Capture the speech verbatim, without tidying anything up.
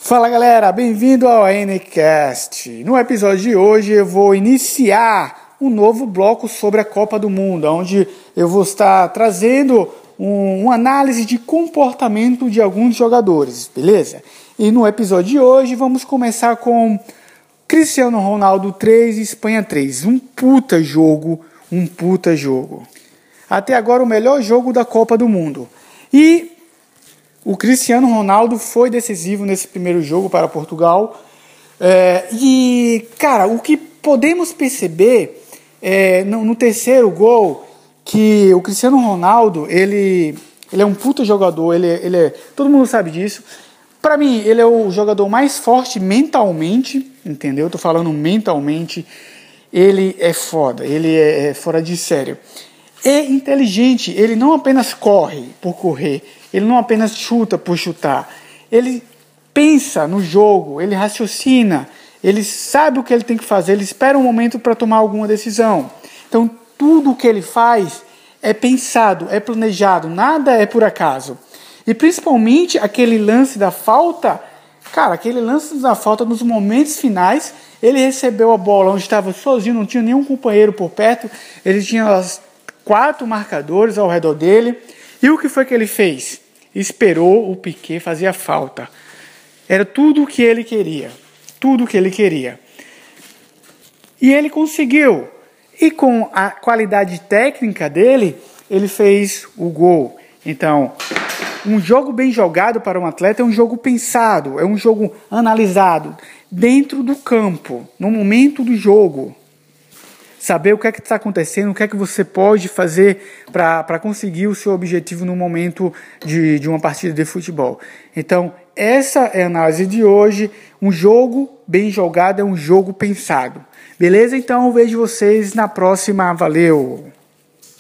Fala galera, bem-vindo ao Ncast. No episódio de hoje eu vou iniciar um novo bloco sobre a Copa do Mundo, onde eu vou estar trazendo um, uma análise de comportamento de alguns jogadores, beleza? E no episódio de hoje vamos começar com Cristiano Ronaldo três, Espanha três. Um puta jogo, um puta jogo. Até agora o melhor jogo da Copa do Mundo. E o Cristiano Ronaldo foi decisivo nesse primeiro jogo para Portugal. É, e, cara, o que podemos perceber é, no, no terceiro gol, que o Cristiano Ronaldo, ele, ele é um puta jogador, ele, ele é, todo mundo sabe disso. Para mim, ele é o jogador mais forte mentalmente, entendeu? Tô falando mentalmente. Ele é foda, ele é, é fora de sério. É inteligente, ele não apenas corre por correr, ele não apenas chuta por chutar, ele pensa no jogo, ele raciocina, ele sabe o que ele tem que fazer, ele espera um momento para tomar alguma decisão. Então tudo o que ele faz é pensado, é planejado, nada é por acaso. E principalmente aquele lance da falta, cara, aquele lance da falta nos momentos finais, ele recebeu a bola onde estava sozinho, não tinha nenhum companheiro por perto, ele tinha as quatro marcadores ao redor dele. E o que foi que ele fez? Esperou o Piqué fazer a falta. Era tudo o que ele queria. Tudo o que ele queria. E ele conseguiu. E com a qualidade técnica dele, ele fez o gol. Então, um jogo bem jogado para um atleta é um jogo pensado, é um jogo analisado, dentro do campo, no momento do jogo. Saber o que é que está acontecendo, o que é que você pode fazer para conseguir o seu objetivo no momento de, de uma partida de futebol. Então, essa é a análise de hoje. Um jogo bem jogado é um jogo pensado. Beleza? Então, eu vejo vocês na próxima. Valeu!